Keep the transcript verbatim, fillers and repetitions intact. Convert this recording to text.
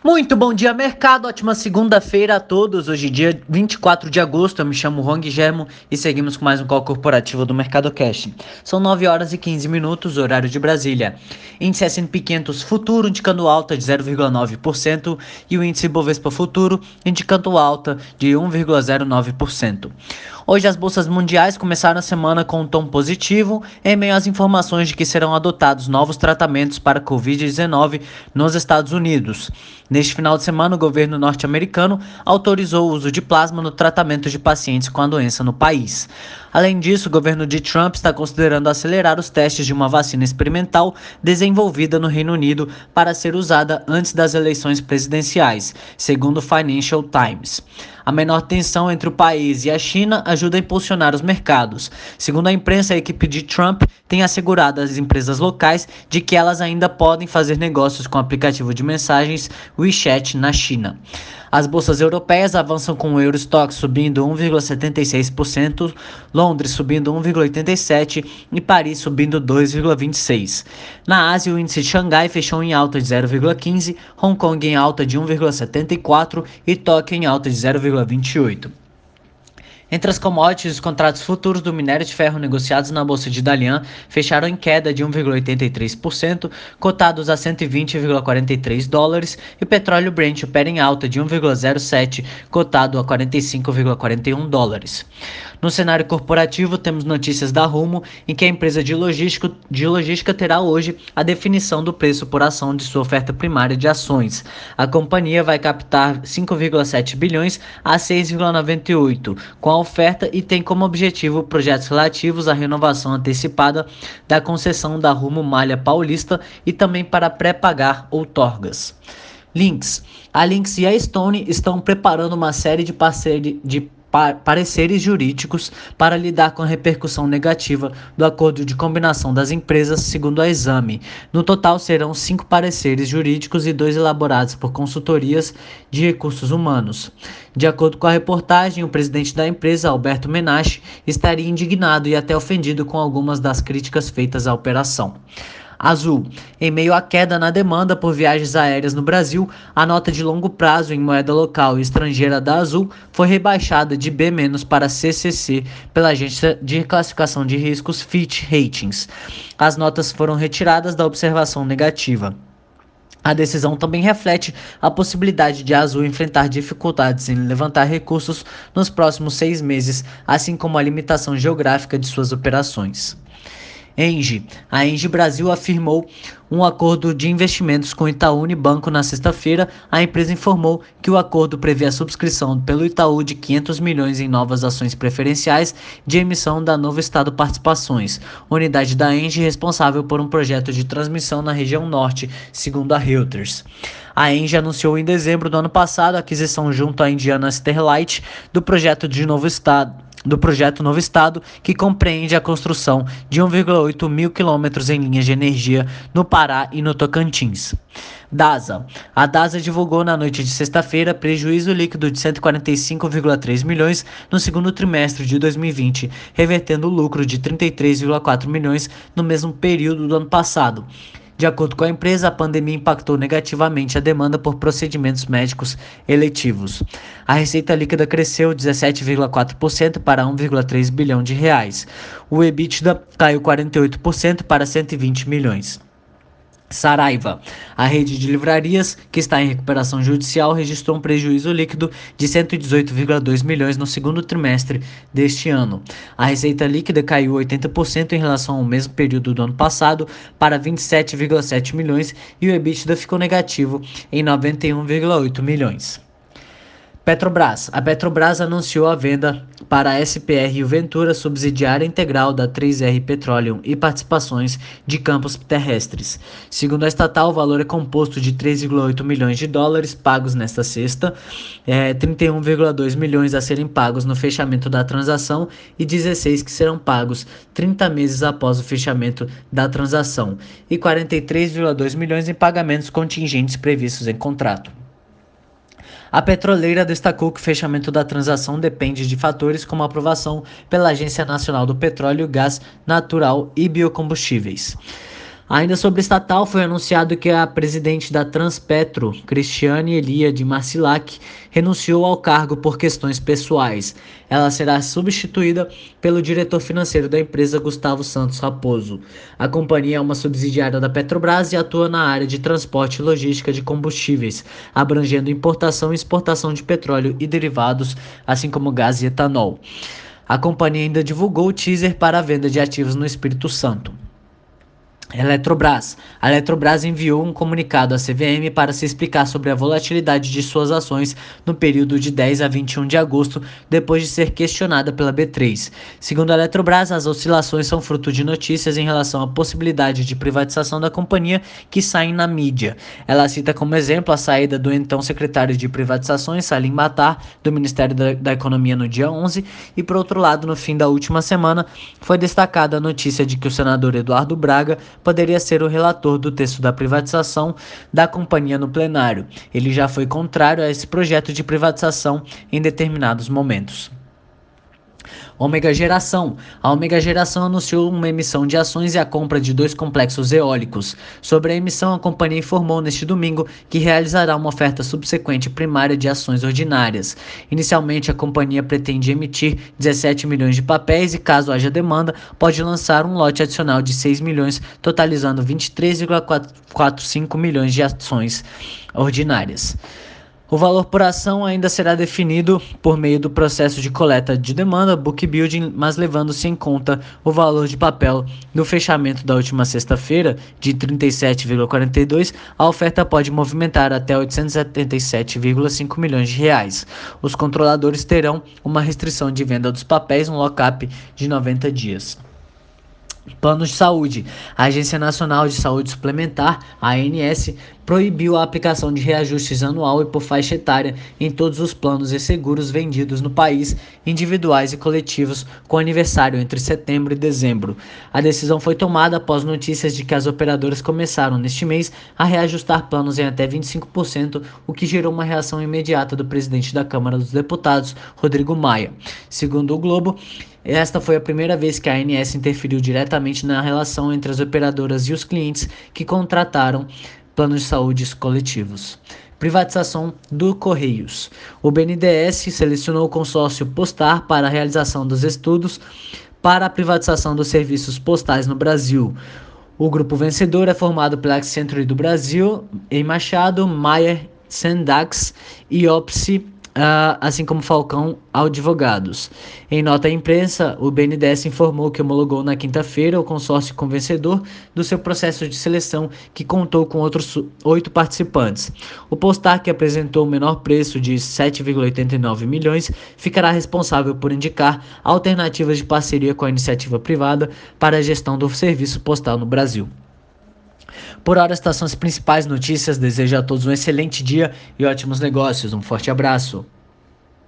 Muito bom dia, mercado. Ótima segunda-feira a todos. Hoje, dia vinte e quatro de agosto. Eu me chamo Rong Germo e seguimos com mais um call corporativo do Mercado Cash. São nove horas e quinze minutos, horário de Brasília. Índice S e P quinhentos Futuro indicando alta de zero vírgula nove por cento e o índice Bovespa Futuro indicando alta de um vírgula zero nove por cento. Hoje as bolsas mundiais começaram a semana com um tom positivo, em meio às informações de que serão adotados novos tratamentos para a covid dezenove nos Estados Unidos. Neste final de semana, o governo norte-americano autorizou o uso de plasma no tratamento de pacientes com a doença no país. Além disso, o governo de Trump está considerando acelerar os testes de uma vacina experimental desenvolvida no Reino Unido para ser usada antes das eleições presidenciais, segundo o Financial Times. A menor tensão entre o país e a China ajuda a impulsionar os mercados. Segundo a imprensa, a equipe de Trump tem assegurado às empresas locais de que elas ainda podem fazer negócios com o aplicativo de mensagens WeChat na China. As bolsas europeias avançam com o Eurostoxx subindo um vírgula setenta e seis por cento, Londres subindo um vírgula oitenta e sete por cento e Paris subindo dois vírgula vinte e seis por cento. Na Ásia, o índice de Xangai fechou em alta de zero vírgula quinze por cento, Hong Kong em alta de um vírgula setenta e quatro por cento e Tóquio em alta de zero vírgula vinte e oito por cento. Entre as commodities, os contratos futuros do minério de ferro negociados na bolsa de Dalian fecharam em queda de um vírgula oitenta e três por cento, cotados a cento e vinte vírgula quarenta e três dólares, e o petróleo Brent opera em alta de um vírgula zero sete por cento, cotado a quarenta e cinco vírgula quarenta e um dólares. No cenário corporativo, temos notícias da Rumo, em que a empresa de, logístico, de logística terá hoje a definição do preço por ação de sua oferta primária de ações. A companhia vai captar cinco vírgula sete bilhões a seis vírgula noventa e oito, com a oferta, e tem como objetivo projetos relativos à renovação antecipada da concessão da Rumo Malha Paulista e também para pré-pagar outorgas. Links. A Links e a Stone estão preparando uma série de, parceri- de pareceres jurídicos para lidar com a repercussão negativa do acordo de combinação das empresas, segundo a Exame. No total, serão cinco pareceres jurídicos e dois elaborados por consultorias de recursos humanos. De acordo com a reportagem, o presidente da empresa, Alberto Menache, estaria indignado e até ofendido com algumas das críticas feitas à operação. Azul. Em meio à queda na demanda por viagens aéreas no Brasil, a nota de longo prazo em moeda local e estrangeira da Azul foi rebaixada de B- para C C C pela agência de classificação de riscos Fitch Ratings. As notas foram retiradas da observação negativa. A decisão também reflete a possibilidade de a Azul enfrentar dificuldades em levantar recursos nos próximos seis meses, assim como a limitação geográfica de suas operações. Engie. A Engie Brasil afirmou um acordo de investimentos com o Itaú Unibanco na sexta-feira. A empresa informou que o acordo prevê a subscrição pelo Itaú de quinhentos milhões em novas ações preferenciais de emissão da Novo Estado Participações, unidade da Engie responsável por um projeto de transmissão na região norte, segundo a Reuters. A Engie anunciou em dezembro do ano passado a aquisição junto à Indiana Sterlite do projeto de Novo Estado. do projeto Novo Estado, que compreende a construção de um vírgula oito mil quilômetros em linhas de energia no Pará e no Tocantins. Dasa. A Dasa divulgou na noite de sexta-feira prejuízo líquido de cento e quarenta e cinco vírgula três milhões no segundo trimestre de dois mil e vinte, revertendo o lucro de trinta e três vírgula quatro milhões no mesmo período do ano passado. De acordo com a empresa, a pandemia impactou negativamente a demanda por procedimentos médicos eletivos. A receita líquida cresceu dezessete vírgula quatro por cento para um vírgula três bilhão de reais. O EBITDA caiu quarenta e oito por cento para cento e vinte milhões. Saraiva. A rede de livrarias, que está em recuperação judicial, registrou um prejuízo líquido de cento e dezoito vírgula dois milhões no segundo trimestre deste ano. A receita líquida caiu oitenta por cento em relação ao mesmo período do ano passado para vinte e sete vírgula sete milhões e o EBITDA ficou negativo em noventa e um vírgula oito milhões. Petrobras. A Petrobras anunciou a venda para a S P R e o Ventura, subsidiária integral da três R Petroleum e participações de campos terrestres. Segundo a estatal, o valor é composto de três vírgula oito milhões de dólares pagos nesta sexta, é, trinta e um vírgula dois milhões a serem pagos no fechamento da transação e dezesseis que serão pagos trinta meses após o fechamento da transação e quarenta e três vírgula dois milhões em pagamentos contingentes previstos em contrato. A petroleira destacou que o fechamento da transação depende de fatores como a aprovação pela Agência Nacional do Petróleo, Gás Natural e Biocombustíveis. Ainda sobre estatal, foi anunciado que a presidente da Transpetro, Cristiane Elia de Marcilac, renunciou ao cargo por questões pessoais. Ela será substituída pelo diretor financeiro da empresa, Gustavo Santos Raposo. A companhia é uma subsidiária da Petrobras e atua na área de transporte e logística de combustíveis, abrangendo importação e exportação de petróleo e derivados, assim como gás e etanol. A companhia ainda divulgou o teaser para a venda de ativos no Espírito Santo. Eletrobras. A Eletrobras enviou um comunicado à C V M para se explicar sobre a volatilidade de suas ações no período de dez a vinte e um de agosto, depois de ser questionada pela B três. Segundo a Eletrobras, as oscilações são fruto de notícias em relação à possibilidade de privatização da companhia que saem na mídia. Ela cita como exemplo a saída do então secretário de privatizações, Salim Matar, do Ministério da, da Economia no dia onze, e por outro lado, no fim da última semana, foi destacada a notícia de que o senador Eduardo Braga poderia ser o relator do texto da privatização da companhia no plenário. Ele já foi contrário a esse projeto de privatização em determinados momentos. Ômega Geração. A Ômega Geração anunciou uma emissão de ações e a compra de dois complexos eólicos. Sobre a emissão, a companhia informou neste domingo que realizará uma oferta subsequente primária de ações ordinárias. Inicialmente, a companhia pretende emitir dezessete milhões de papéis e, caso haja demanda, pode lançar um lote adicional de seis milhões, totalizando vinte e três vírgula quatrocentos e quarenta e cinco milhões de ações ordinárias. O valor por ação ainda será definido por meio do processo de coleta de demanda, book building, mas levando-se em conta o valor de papel do fechamento da última sexta-feira de trinta e sete vírgula quarenta e dois, a oferta pode movimentar até oitocentos e setenta e sete vírgula cinco milhões de reais. Os controladores terão uma restrição de venda dos papéis, um lock-up de noventa dias. Planos de saúde. A Agência Nacional de Saúde Suplementar, a A N S, proibiu a aplicação de reajustes anual e por faixa etária em todos os planos e seguros vendidos no país, individuais e coletivos, com aniversário entre setembro e dezembro. A decisão foi tomada após notícias de que as operadoras começaram neste mês a reajustar planos em até vinte e cinco por cento, o que gerou uma reação imediata do presidente da Câmara dos Deputados, Rodrigo Maia. Segundo o Globo, esta foi a primeira vez que a A N S interferiu diretamente na relação entre as operadoras e os clientes que contrataram planos de saúde coletivos. Privatização do Correios. O B N D E S selecionou o consórcio Postar para a realização dos estudos para a privatização dos serviços postais no Brasil. O grupo vencedor é formado pela Accenture do Brasil, em Machado, Maier, Sendax e Opsi, Uh, assim como Falcão Advogados. Em nota à imprensa, o B N D E S informou que homologou na quinta-feira o consórcio como vencedor do seu processo de seleção, que contou com outros oito participantes. O Postar, que apresentou o menor preço de sete vírgula oitenta e nove milhões, ficará responsável por indicar alternativas de parceria com a iniciativa privada para a gestão do serviço postal no Brasil. Por hora, estas são as principais notícias. Desejo a todos um excelente dia e ótimos negócios. Um forte abraço.